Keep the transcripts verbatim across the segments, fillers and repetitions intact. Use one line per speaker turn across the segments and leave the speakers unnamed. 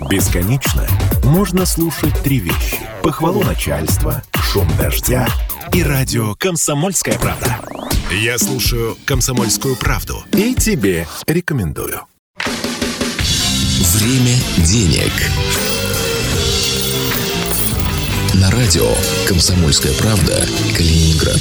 Бесконечно можно слушать три вещи: похвалу начальства, шум дождя и радио «Комсомольская правда». Я слушаю «Комсомольскую правду» и тебе рекомендую.
Время денег. На радио «Комсомольская правда», Калининград.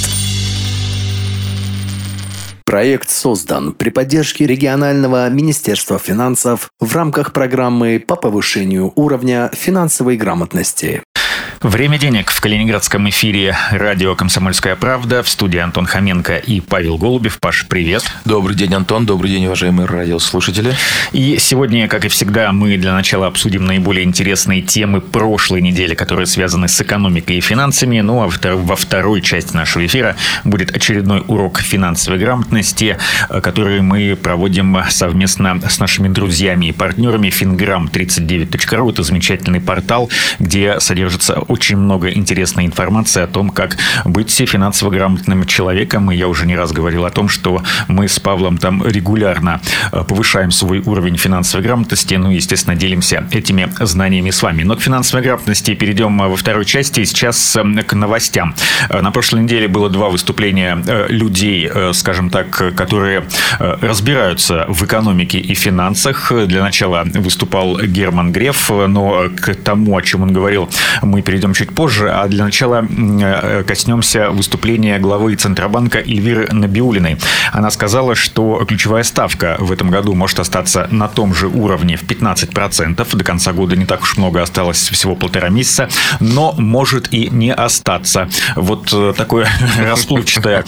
Проект создан при поддержке регионального Министерства финансов в рамках программы по повышению уровня финансовой грамотности.
Время денег в калининградском эфире радио «Комсомольская правда». В студии Антон Хоменко и Павел Голубев. Паш, привет.
Добрый день, Антон. Добрый день, уважаемые радиослушатели.
И сегодня, как и всегда, мы для начала обсудим наиболее интересные темы прошлой недели, которые связаны с экономикой и финансами. Ну а во второй части нашего эфира будет очередной урок финансовой грамотности, который мы проводим совместно с нашими друзьями и партнерами. финграм тридцать девять точка ру – это замечательный портал, где содержится очень много интересной информации о том, как быть финансово грамотным человеком. И я уже не раз говорил о том, что мы с Павлом там регулярно повышаем свой уровень финансовой грамотности. Ну, естественно, делимся этими знаниями с вами. Но к финансовой грамотности перейдем во второй части. Сейчас к новостям. На прошлой неделе было два выступления людей, скажем так, которые разбираются в экономике и финансах. Для начала выступал Герман Греф, но к тому, о чем он говорил, мы перейдем чуть позже, а для начала коснемся выступления главы Центробанка Эльвиры Набиуллиной. Она сказала, что ключевая ставка в этом году может остаться на том же уровне в пятнадцать процентов. До конца года не так уж много осталось, всего полтора месяца, но может и не остаться. Вот такое расплывчатое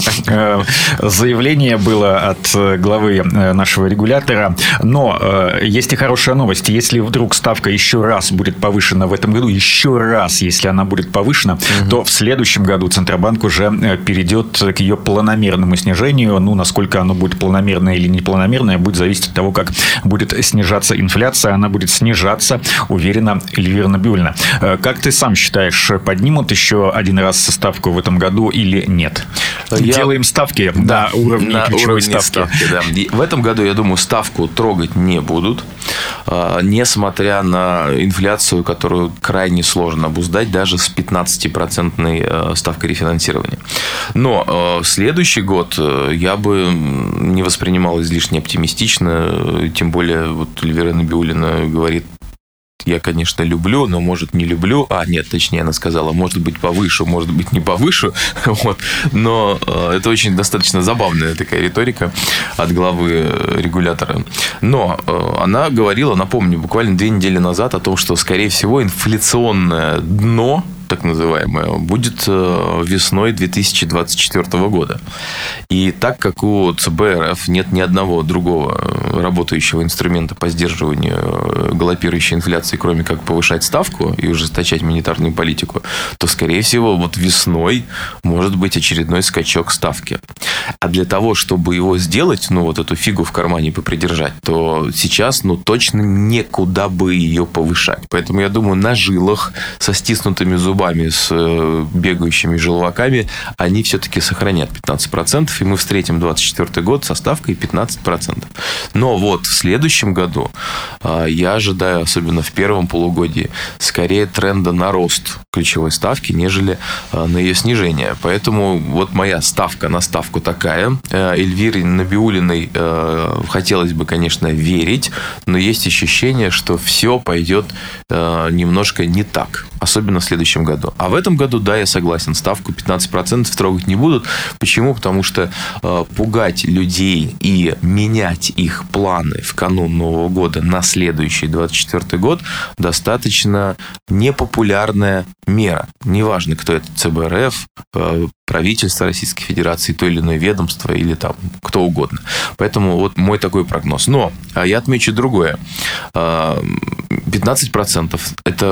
заявление было от главы нашего регулятора. Но есть и хорошая новость. Если вдруг ставка еще раз будет повышена в этом году, еще раз, если она будет повышена, угу. то в следующем году Центробанк уже перейдет к ее планомерному снижению. Ну, насколько оно будет планомерное или непланомерное, будет зависеть от того, как будет снижаться инфляция. Она будет снижаться, уверена Эльвира Набиуллина. Как ты сам считаешь, поднимут еще один раз ставку в этом году или нет? Я... Делаем ставки да, на уровне на ключевой ставки. ставки
да. В этом году, я думаю, ставку трогать не будут, несмотря на инфляцию, которую крайне сложно обуздать даже с пятнадцатипроцентной ставкой рефинансирования. Но следующий год я бы не воспринимал излишне оптимистично, тем более вот Эльвира Набиуллина говорит: я, конечно, люблю, но, может, не люблю. А, нет, точнее, она сказала, может быть, повышу, может быть, не повышу. Вот. Но это очень достаточно забавная такая риторика от главы регулятора. Но она говорила, напомню, буквально две недели назад о том, что, скорее всего, инфляционное дно, так называемое, будет весной две тысячи двадцать четвёртого года. И так как у ЦБ РФ нет ни одного другого работающего инструмента по сдерживанию галопирующей инфляции, кроме как повышать ставку и ужесточать монетарную политику, то, скорее всего, вот весной может быть очередной скачок ставки. А для того, чтобы его сделать, ну, вот эту фигу в кармане попридержать, то сейчас, ну, точно некуда бы ее повышать. Поэтому, я думаю, на жилах со стиснутыми зубами, с бегающими желваками, они все-таки сохранят пятнадцать процентов, и мы встретим двадцать четвёртый год со ставкой пятнадцать процентов. Но вот в следующем году я ожидаю, особенно в первом полугодии, скорее тренда на рост ключевой ставки, нежели на ее снижение. Поэтому вот моя ставка на ставку такая. Эльвире Набиуллиной хотелось бы, конечно, верить, но есть ощущение, что все пойдет немножко не так, особенно в следующем году. А в этом году, да, я согласен, ставку пятнадцать процентов трогать не будут. Почему? Потому что э, пугать людей и менять их планы в канун Нового года на следующий двадцать четвёртый год достаточно непопулярная мера. Неважно, кто это, ЦБ РФ, э, правительство Российской Федерации, то или иное ведомство или там кто угодно. Поэтому вот мой такой прогноз. Но я отмечу другое. пятнадцать процентов – это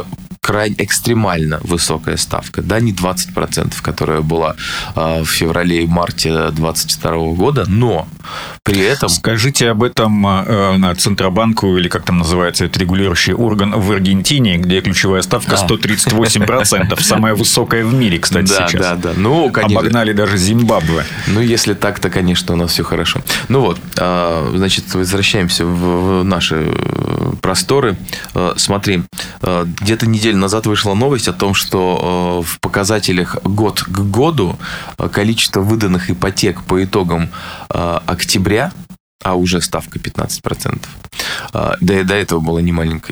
крайне экстремально высокая ставка, да, не двадцать процентов, которая была в феврале и марте двадцать второго года, но при этом...
Скажите об этом на Центробанку, или как там называется, это регулирующий орган в Аргентине, где ключевая ставка сто тридцать восемь процентов, самая высокая в мире, кстати,
да,
сейчас.
Да, да, ну, конечно.
Обогнали даже Зимбабве.
Ну, если так, то, конечно, у нас все хорошо. Ну вот, значит, возвращаемся в наши просторы. Смотри, где-то неделю назад вышла новость о том, что в показателях год к году количество выданных ипотек по итогам октября, а уже ставка пятнадцать процентов, да и до этого была не маленькой,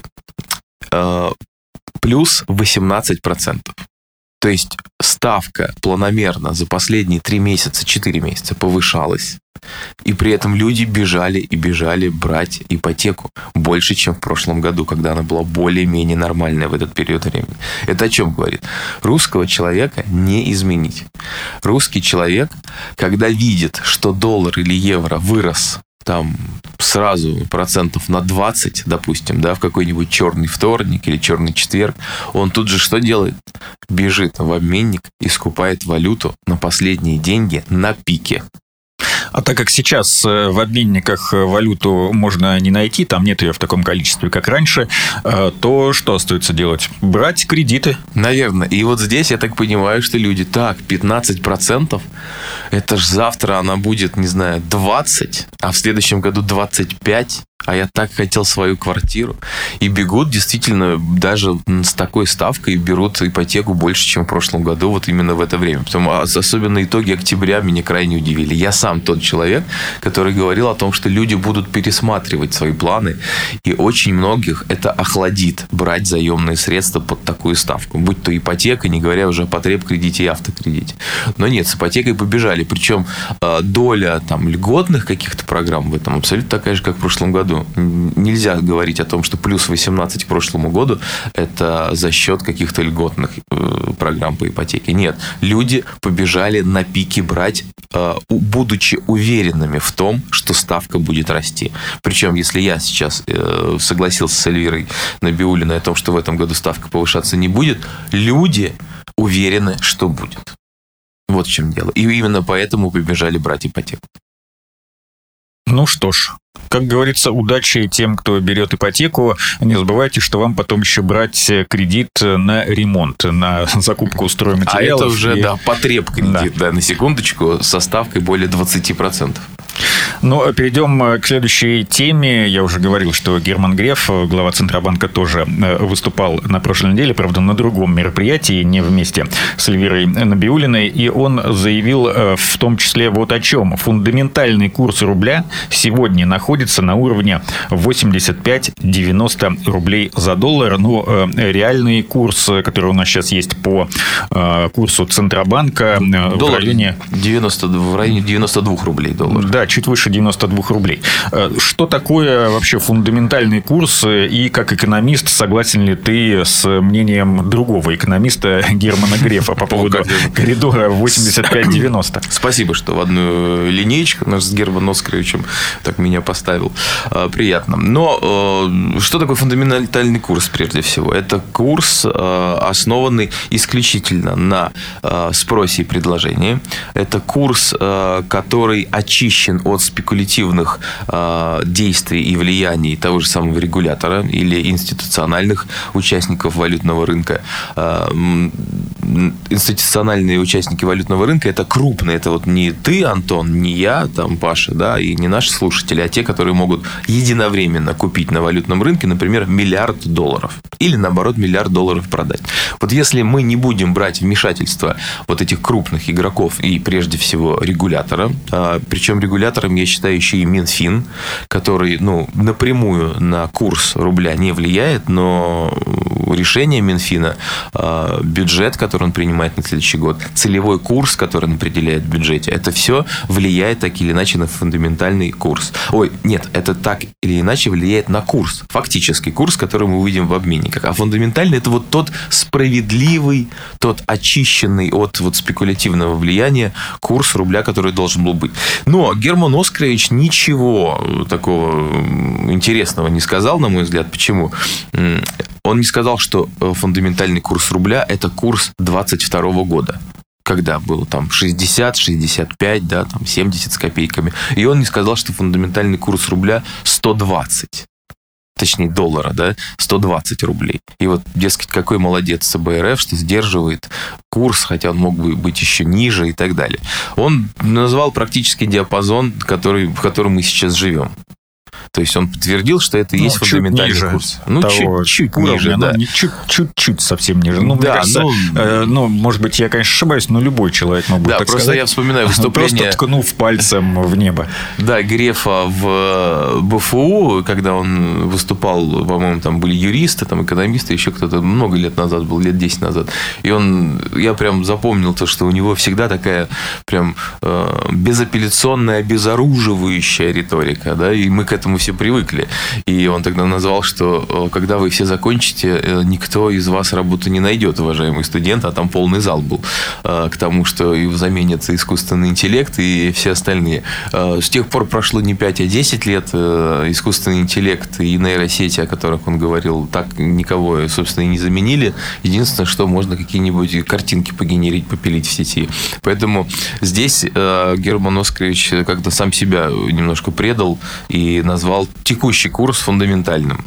плюс восемнадцать процентов. То есть ставка планомерно за последние три месяца, четыре месяца повышалась, и при этом люди бежали и бежали брать ипотеку больше, чем в прошлом году, когда она была более-менее нормальная в этот период времени. Это о чем говорит? Русского человека не изменить. Русский человек, когда видит, что доллар или евро вырос там сразу процентов на двадцать, допустим, да, в какой-нибудь черный вторник или черный четверг, он тут же что делает? Бежит в обменник и скупает валюту на последние деньги на пике.
А так как сейчас в обменниках валюту можно не найти, там нет ее в таком количестве, как раньше, то что остается делать? Брать кредиты.
Наверное. И вот здесь я так понимаю, что люди, так, пятнадцать процентов, это ж завтра она будет, не знаю, двадцать, а в следующем году двадцать пять. А я так хотел свою квартиру. И бегут действительно даже с такой ставкой, берут ипотеку больше, чем в прошлом году, вот именно в это время. Потому, особенно итоги октября меня крайне удивили. Я сам тот человек, который говорил о том, что люди будут пересматривать свои планы, и очень многих это охладит брать заемные средства под такую ставку. Будь то ипотека, не говоря уже о потребкредите и автокредите. Но нет, с ипотекой побежали. Причем доля там, льготных каких-то программ в этом абсолютно такая же, как в прошлом году. Нельзя говорить о том, что плюс восемнадцать к прошлому году это за счет каких-то льготных программ по ипотеке. Нет, люди побежали на пике брать, будучи уверенными в том, что ставка будет расти. Причем, если я сейчас согласился с Эльвирой Набиуллиной о том, что в этом году ставка повышаться не будет, люди уверены, что будет. Вот в чем дело. И именно поэтому побежали брать ипотеку.
Ну что ж, как говорится, удачи тем, кто берет ипотеку. Не забывайте, что вам потом еще брать кредит на ремонт, на закупку стройматериалов.
А это уже,
и... да,
потребкредит, да. да, на секундочку, со ставкой более двадцать процентов.
Ну, перейдем к следующей теме. Я уже говорил, что Герман Греф, глава Центробанка, тоже выступал на прошлой неделе, правда, на другом мероприятии, не вместе с Эльвирой Набиуллиной, и он заявил в том числе вот о чем. Фундаментальный курс рубля сегодня находится на уровне восемьдесят пять - девяносто рублей за доллар. Ну, реальный курс, который у нас сейчас есть по курсу Центробанка, доллар в районе...
девяносто, в районе девяносто двух рублей доллар.
Да, чуть выше девяноста двух рублей. Что такое вообще фундаментальный курс? И как экономист, согласен ли ты с мнением другого экономиста Германа Грефа по поводу коридора восемьдесят пять - девяносто?
Спасибо, что в одну линеечку наш с Германом Оскаровичем так меня поставил. Приятно. Но что такое фундаментальный курс, прежде всего? Это курс, основанный исключительно на спросе и предложении. Это курс, который очищен от спекулятивных действий и влияний того же самого регулятора или институциональных участников валютного рынка. Институциональные участники валютного рынка – это крупные. Это вот не ты, Антон, не я, там, Паша, да, и не наши слушатели, а те, которые могут единовременно купить на валютном рынке, например, миллиард долларов. Или, наоборот, миллиард долларов продать. Вот если мы не будем брать вмешательство вот этих крупных игроков и, прежде всего, регулятора, причем регулятором, я считаю, еще и Минфин, который, ну, напрямую на курс рубля не влияет, но решение Минфина, бюджет, который он принимает на следующий год, целевой курс, который он определяет в бюджете, это все влияет так или иначе на фундаментальный курс. Ой, нет, это так или иначе влияет на курс, фактический курс, который мы увидим в обменниках. А фундаментальный – это вот тот справедливый, тот очищенный от вот спекулятивного влияния курс рубля, который должен был быть. Но Герман Оскарович ничего такого интересного не сказал, на мой взгляд. Почему? Он не сказал, что фундаментальный курс рубля – это курс двадцать второго года. Когда было там шестьдесят, шестьдесят пять, да, там семьдесят с копейками. И он не сказал, что фундаментальный курс рубля сто двадцать. Точнее, доллара, да, сто двадцать рублей. И вот, дескать, какой молодец ЦБ РФ, что сдерживает курс, хотя он мог бы быть еще ниже и так далее. Он назвал практически диапазон, который, в котором мы сейчас живем. То есть он подтвердил, что это и ну, есть фундаментальный
ниже
курс. Ну, чуть-чуть ниже,
да.
Ну,
чуть-чуть совсем ниже. Ну, да, мне кажется, ну, э, ну, может быть, я, конечно, ошибаюсь, но любой человек мог бы
да,
так
просто
сказать.
Я вспоминаю выступление...
Просто ткнув пальцем в небо.
Да, Грефа в БФУ, когда он выступал, по-моему, там были юристы, там экономисты, еще кто-то много лет назад был, лет десять назад. И он... Я прям запомнил то, что у него всегда такая прям э, безапелляционная, обезоруживающая риторика, да, и мы к этому все привыкли. И он тогда назвал, что когда вы все закончите, никто из вас работу не найдет, уважаемый студент, а там полный зал был к тому, что и заменится искусственный интеллект и все остальные. С тех пор прошло не пять, а десять лет. Искусственный интеллект и нейросети, о которых он говорил, так никого, собственно, и не заменили. Единственное, что можно какие-нибудь картинки погенерить, попилить в сети. Поэтому здесь Герман Оскарович как-то сам себя немножко предал и назвал текущий курс фундаментальным.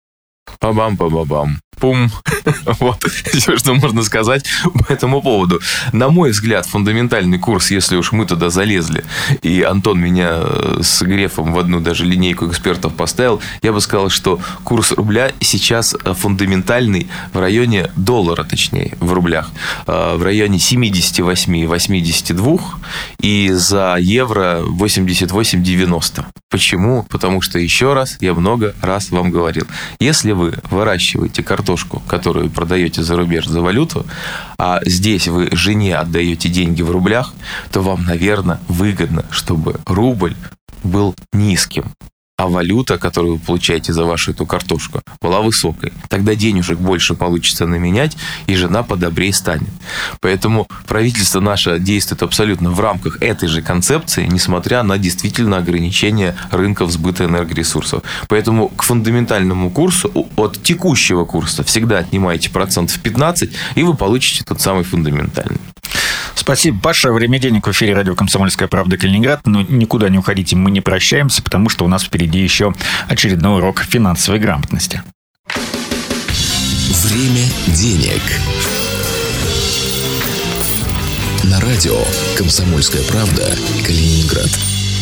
Па-бам-па-ба-бам. Пум. Вот все, что можно сказать по этому поводу. На мой взгляд, фундаментальный курс, если уж мы туда залезли, и Антон меня с Грефом в одну даже линейку экспертов поставил, я бы сказал, что курс рубля сейчас фундаментальный в районе доллара, точнее, в рублях, в районе семьдесят восемь - восемьдесят два, и за евро восемьдесят восемь - девяносто. Почему? Потому что, еще раз, я много раз вам говорил, если вы выращиваете картошку, которую продаете за рубеж за валюту, а здесь вы жене отдаете деньги в рублях, то вам, наверное, выгодно, чтобы рубль был низким, а валюта, которую вы получаете за вашу эту картошку, была высокой. Тогда денежек больше получится наменять, и жена подобрее станет. Поэтому правительство наше действует абсолютно в рамках этой же концепции, несмотря на действительно ограничение рынков сбыта энергоресурсов. Поэтому к фундаментальному курсу от текущего курса всегда отнимаете процентов пятнадцать, и вы получите тот самый фундаментальный.
Спасибо, Паша. Время денег в эфире радио «Комсомольская правда» Калининград. Но никуда не уходите, мы не прощаемся, потому что у нас впереди еще очередной урок финансовой грамотности.
Время денег. На радио «Комсомольская правда» Калининград.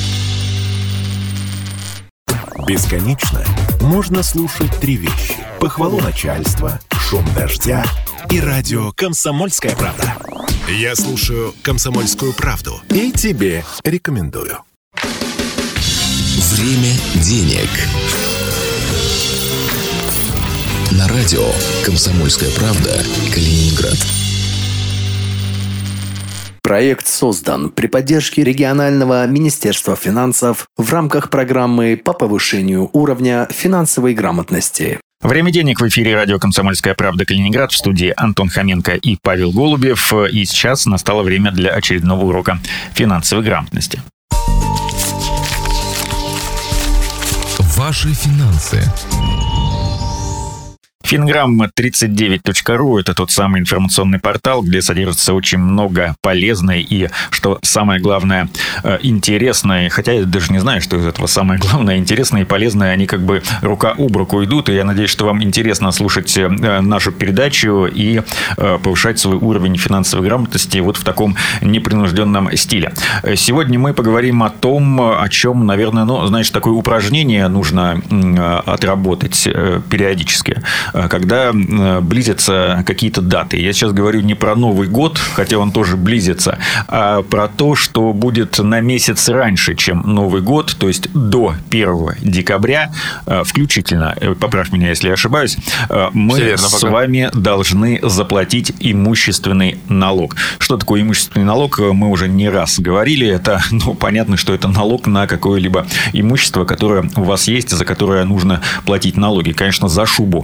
Бесконечно можно слушать три вещи: похвалу начальства, шум дождя и радио «Комсомольская правда». Я слушаю «Комсомольскую правду» и тебе рекомендую.
Время денег. На радио «Комсомольская правда» Калининград.
Проект создан при поддержке регионального Министерства финансов в рамках программы по повышению уровня финансовой грамотности.
Время денег в эфире радио «Комсомольская правда» Калининград. В студии Антон Хоменко и Павел Голубев. И сейчас настало время для очередного урока финансовой грамотности.
Ваши финансы.
Финграмма тридцать девять точка ру – это тот самый информационный портал, где содержится очень много полезной и, что самое главное, интересное. Хотя я даже не знаю, что из этого самое главное. Интересное и полезное, они как бы рука об руку идут. И я надеюсь, что вам интересно слушать нашу передачу и повышать свой уровень финансовой грамотности вот в таком непринужденном стиле. Сегодня мы поговорим о том, о чем, наверное, ну, знаешь, такое упражнение нужно отработать периодически, когда близятся какие-то даты. Я сейчас говорю не про Новый год, хотя он тоже близится, а про то, что будет на месяц раньше, чем Новый год, то есть до первого декабря, включительно, поправь меня, если я ошибаюсь, мы верно, с пока. вами должны заплатить имущественный налог. Что такое имущественный налог, мы уже не раз говорили. Это, ну, понятно, что это налог на какое-либо имущество, которое у вас есть, за которое нужно платить налоги. Конечно, за шубу или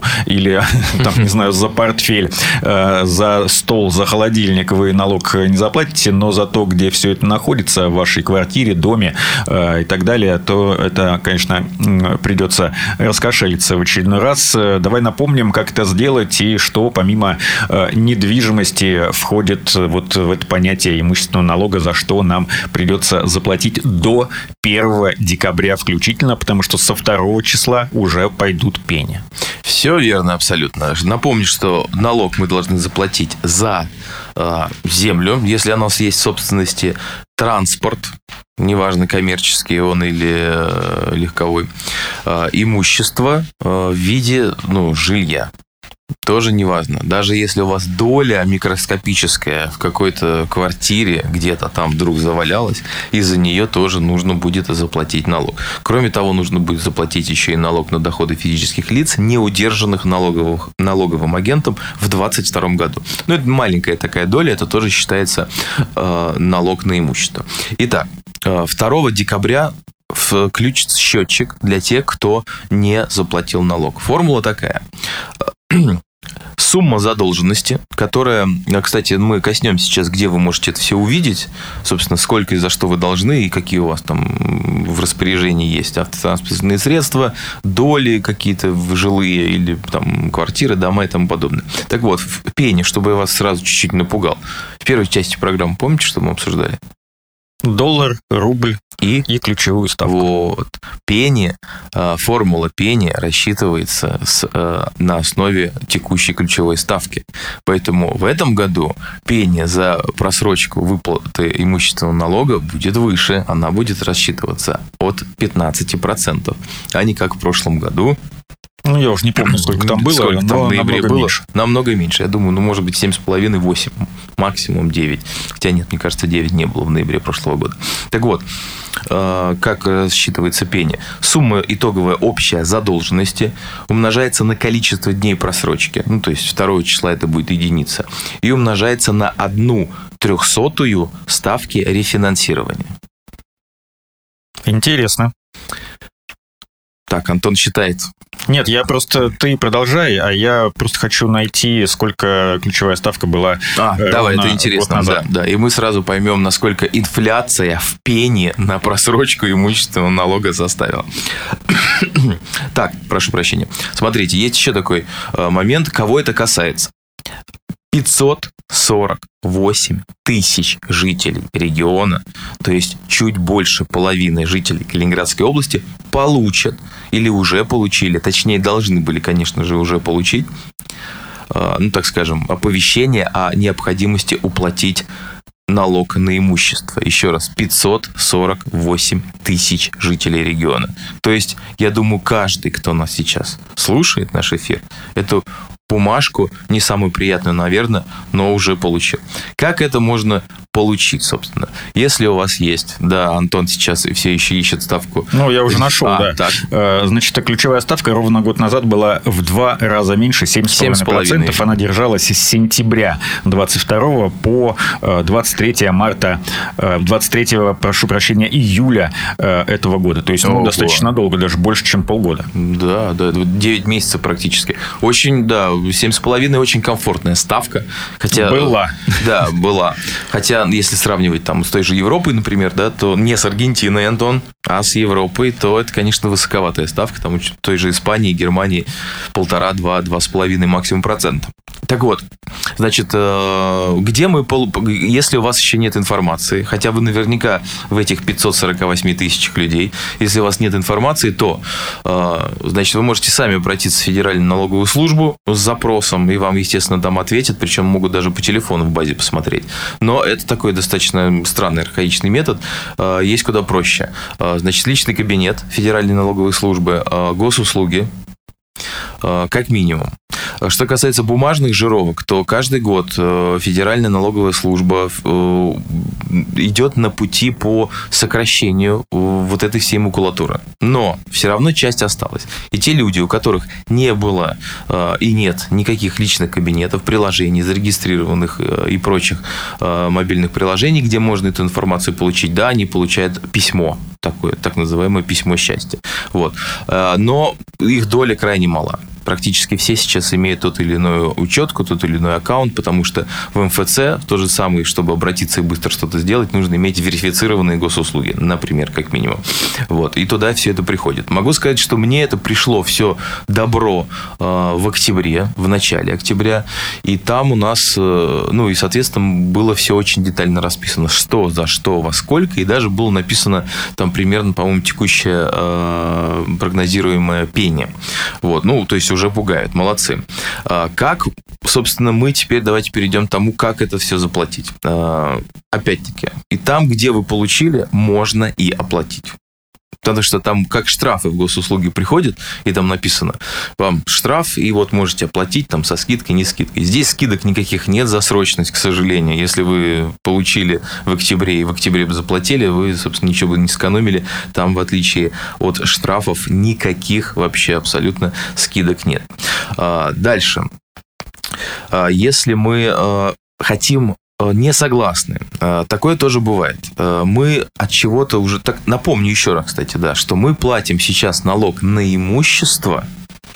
или, там, не знаю, за портфель, за стол, за холодильник вы налог не заплатите, но за то, где все это находится, в вашей квартире, доме и так далее, то это, конечно, придется раскошелиться в очередной раз. Давай напомним, как это сделать и что помимо недвижимости входит вот в это понятие имущественного налога, за что нам придется заплатить до первого декабря включительно, потому что со второго числа уже пойдут пени.
Все верно, абсолютно. Напомню, что налог мы должны заплатить за э, землю, если у нас есть в собственности, транспорт, неважно, коммерческий он или э, легковой, э, имущество э, в виде ну, жилья. Тоже не важно. Даже если у вас доля микроскопическая в какой-то квартире, где-то там вдруг завалялась, из-за нее тоже нужно будет заплатить налог. Кроме того, нужно будет заплатить еще и налог на доходы физических лиц, не удержанных налоговых, налоговым агентом в двадцать втором году. Ну, это маленькая такая доля, это тоже считается э, налог на имущество. Итак, э, второго декабря включится счетчик для тех, кто не заплатил налог. Формула такая. Сумма задолженности, которая, кстати, мы коснемся сейчас, где вы можете это все увидеть, собственно, сколько и за что вы должны, и какие у вас там в распоряжении есть автотранспортные средства, доли какие-то жилые или там квартиры, дома и тому подобное. Так вот, в пене, чтобы я вас сразу чуть-чуть напугал, в первой части программы помните, что мы обсуждали?
Доллар, рубль и, и ключевую ставку.
Вот. Пени, формула пени рассчитывается с, на основе текущей ключевой ставки. Поэтому в этом году пени за просрочку выплаты имущественного налога будет выше. Она будет рассчитываться от пятнадцати процентов, а не как в прошлом году.
Ну, я уже не помню, сколько там было,
сколько там
но
в ноябре
намного
было.
Меньше.
Намного меньше. Я думаю, ну, может быть, семь с половиной - восемь, максимум девять. Хотя нет, мне кажется, девять не было в ноябре прошлого года. Так вот, как рассчитывается пени? Сумма итоговая общая задолженности умножается на количество дней просрочки. Ну, то есть, второго числа это будет единица. И умножается на одну трехсотую ставки рефинансирования.
Интересно.
Так, Антон считает.
Нет, я просто... Ты продолжай, а я просто хочу найти, сколько ключевая ставка была.
А, давай, это интересно. Да, да. И мы сразу поймем, насколько инфляция в пени на просрочку имущественного налога заставила. Так, прошу прощения. Смотрите, есть еще такой момент, кого это касается. пятьсот сорок восемь тысяч жителей региона, то есть чуть больше половины жителей Калининградской области, получат или уже получили, точнее должны были, конечно же, уже получить, ну так скажем, оповещение о необходимости уплатить налог на имущество. Еще раз, пятьсот сорок восемь тысяч жителей региона. То есть, я думаю, каждый, кто нас сейчас слушает, наш эфир, эту бумажку, не самую приятную, наверное, но уже получил. Как это можно получить, собственно? Если у вас есть, да, Антон сейчас все еще ищет ставку.
Ну, я уже нашел,
а,
да. Так. Значит, ключевая ставка ровно год назад была в два раза меньше, семь целых пять десятых процента. Она держалась с сентября двадцать второго по двадцать третьего марта, двадцать третьего, прошу прощения, июля этого года. То есть, ну, достаточно долго, даже больше, чем полгода.
Да, да, девять месяцев практически. Очень, да, семь с половиной очень комфортная ставка. Хотя,
была.
Да, была. Хотя, если сравнивать там с той же Европой, например, да, то не с Аргентиной, Антон, а с Европой, то это, конечно, высоковатая ставка. Там в той же Испании, Германии полтора, два, два с половиной максимум процента. Так вот, значит, где мы, если у вас еще нет информации, хотя вы наверняка в этих пятьсот сорок восемь тысячах людей, если у вас нет информации, то, значит, вы можете сами обратиться в Федеральную налоговую службу с запросом, и вам, естественно, там ответят, причем могут даже по телефону в базе посмотреть. Но это такой достаточно странный, архаичный метод. Есть куда проще. Значит, личный кабинет Федеральной налоговой службы, госуслуги, как минимум. Что касается бумажных жировок, то каждый год Федеральная налоговая служба идет на пути по сокращению вот этой всей макулатуры. Но все равно часть осталась. И те люди, у которых не было и нет никаких личных кабинетов, приложений, зарегистрированных и прочих мобильных приложений, где можно эту информацию получить, да, они получают письмо. Такое, так называемое письмо счастья. Вот. Но их доля крайне мала. Практически все сейчас имеют тот или иной учетку, тот или иной аккаунт, потому что в эм эф цэ то же самое, чтобы обратиться и быстро что-то сделать, нужно иметь верифицированные госуслуги, например, как минимум. Вот. И туда все это приходит. Могу сказать, что мне это пришло все добро э, в октябре, в начале октября, и там у нас, э, ну и, соответственно, было все очень детально расписано, что за что, во сколько, и даже было написано там примерно, по-моему, текущее э, прогнозируемое пение. Вот. Ну, то есть уже пугает. Молодцы. А, как, собственно, мы теперь давайте перейдем к тому, как это все заплатить. А, опять-таки, и там, где вы получили, можно и оплатить. Потому что там как штрафы в госуслуги приходят, и там написано, вам штраф, и вот можете оплатить там со скидкой, не скидкой. Здесь скидок никаких нет за срочность, к сожалению. Если вы получили в октябре и в октябре заплатили, вы, собственно, ничего бы не сэкономили. Там, в отличие от штрафов, никаких вообще абсолютно скидок нет. Дальше. Если мы хотим... не согласны. Такое тоже бывает. Мы от чего-то уже... Так, напомню еще раз, кстати, да, что мы платим сейчас налог на имущество,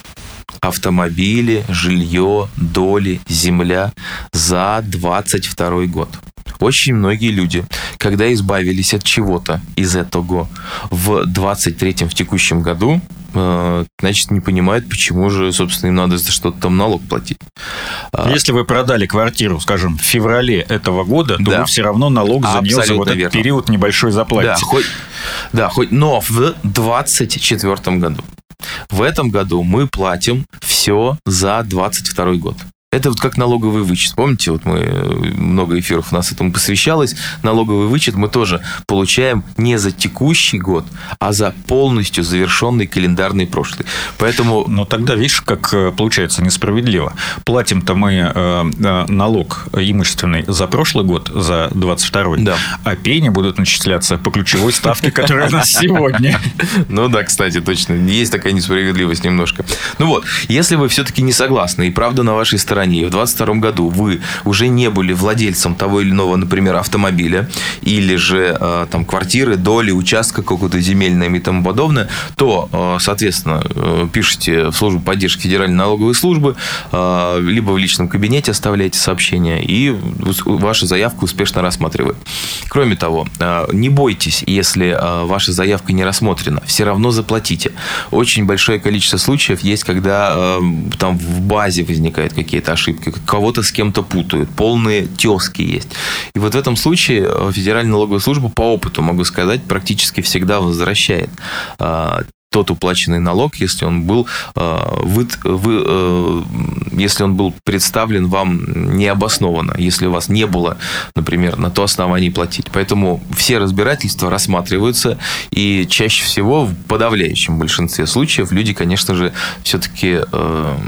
автомобили, жилье, доли, земля за двадцать второй год. Очень многие люди, когда избавились от чего-то из этого в двадцать третьем, в текущем году, значит, не понимают, почему же, собственно, им надо за что-то там налог платить.
Если вы продали квартиру, скажем, в феврале этого года, то
да.
вы все равно налог за нее за вот этот
верно.
период небольшой заплатите.
Да, хоть, да, хоть, но в двадцать четвёртом году. В этом году мы платим все за двадцать второй год. Это вот как налоговый вычет. Помните, вот мы много эфиров у нас этому посвящалось. Налоговый вычет мы тоже получаем не за текущий год, а за полностью завершенный календарный прошлый. Поэтому...
Но тогда, видишь, как получается несправедливо. Платим-то мы э, налог имущественный за прошлый год, за двадцать второй, да. А пени будут начисляться по ключевой ставке, которая у нас сегодня.
Ну да, кстати, точно. Есть такая несправедливость немножко. Ну вот, если вы все-таки не согласны, и правда на вашей стороне, и в двадцать втором году вы уже не были владельцем того или иного, например, автомобиля, или же э, там квартиры, доли, участка какого-то земельного и тому подобное, то, э, соответственно, э, пишите в службу поддержки Федеральной налоговой службы, э, либо в личном кабинете оставляете сообщение, и ваша заявка успешно рассматривают. Кроме того, э, не бойтесь, если э, ваша заявка не рассмотрена, все равно заплатите. Очень большое количество случаев есть, когда э, там в базе возникают какие-то ошибки, кого-то с кем-то путают, полные тезки есть. И вот в этом случае Федеральная налоговая служба по опыту, могу сказать, практически всегда возвращает а, тот уплаченный налог, если он был, а, вы, вы, а, если он был представлен вам необоснованно, если у вас не было, например, на то основании платить. Поэтому все разбирательства рассматриваются, и чаще всего в подавляющем большинстве случаев люди, конечно же, все-таки... А,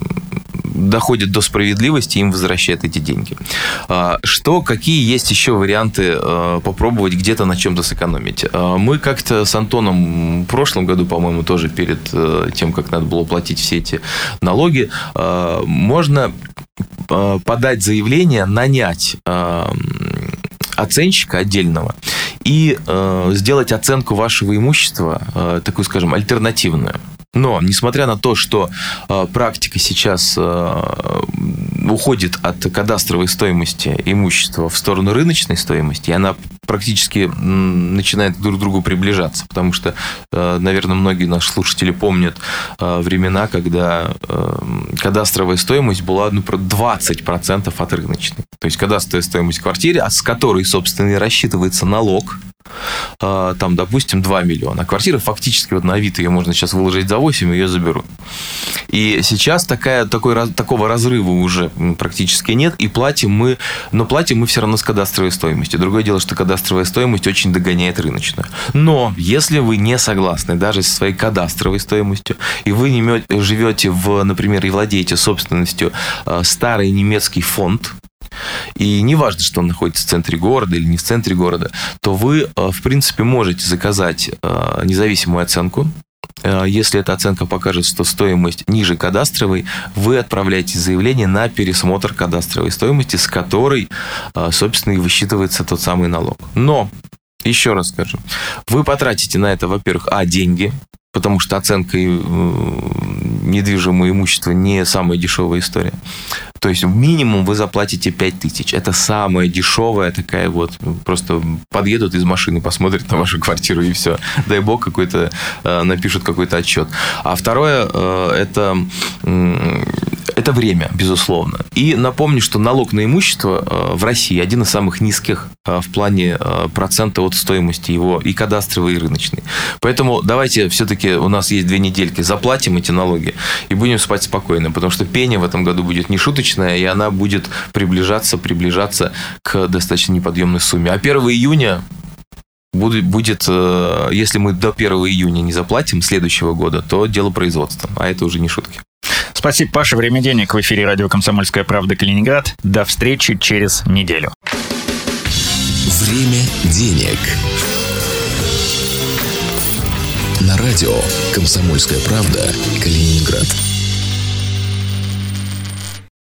доходят до справедливости, им возвращают эти деньги. Что, какие есть еще варианты попробовать где-то на чем-то сэкономить? Мы как-то с Антоном в прошлом году, по-моему, тоже перед тем, как надо было платить все эти налоги, можно подать заявление, нанять оценщика отдельного и сделать оценку вашего имущества, такую, скажем, альтернативную. Но, несмотря на то, что э, практика сейчас э, уходит от кадастровой стоимости имущества в сторону рыночной стоимости, и она практически м, начинает друг к другу приближаться, потому что, э, наверное, многие наши слушатели помнят э, времена, когда э, кадастровая стоимость была ну, про двадцать процентов от рыночной. То есть, кадастровая стоимость квартиры, с которой, собственно, и рассчитывается налог, там, допустим, два миллиона. А квартира фактически вот на Авито ее можно сейчас выложить за восемь, ее заберут. И сейчас такая, такой, такого разрыва уже практически нет. И платим мы, но платим мы все равно с кадастровой стоимостью. Другое дело, что кадастровая стоимость очень догоняет рыночную. Но если вы не согласны даже со своей кадастровой стоимостью, и вы не живете, в, например, и владеете собственностью старый немецкий фонд, и не важно, что он находится в центре города или не в центре города, то вы, в принципе, можете заказать независимую оценку. Если эта оценка покажет, что стоимость ниже кадастровой, вы отправляете заявление на пересмотр кадастровой стоимости, с которой, собственно, и высчитывается тот самый налог. Но, еще раз скажу, вы потратите на это, во-первых, а, деньги, потому что оценка недвижимого имущества не самая дешевая история. То есть минимум вы заплатите пять тысяч. Это самая дешевая такая вот. Просто подъедут из машины, посмотрят на вашу квартиру и все. Дай бог какой-то напишут какой-то отчет. А второе это, это время, безусловно. И напомню, что налог на имущество в России один из самых низких в плане процента от стоимости его и кадастровый, и рыночный. Поэтому давайте все-таки у нас есть две недельки, заплатим эти налоги и будем спать спокойно, потому что пеня в этом году будет не шуточная, и она будет приближаться, приближаться к достаточно неподъемной сумме. А первого июня будет, будет, если мы до первого июня не заплатим следующего года, то дело производства, а это уже не шутки.
Спасибо, Паша. «Время денег» в эфире радио «Комсомольская правда» Калининград. До встречи через неделю.
Время денег. На радио «Комсомольская правда» Калининград.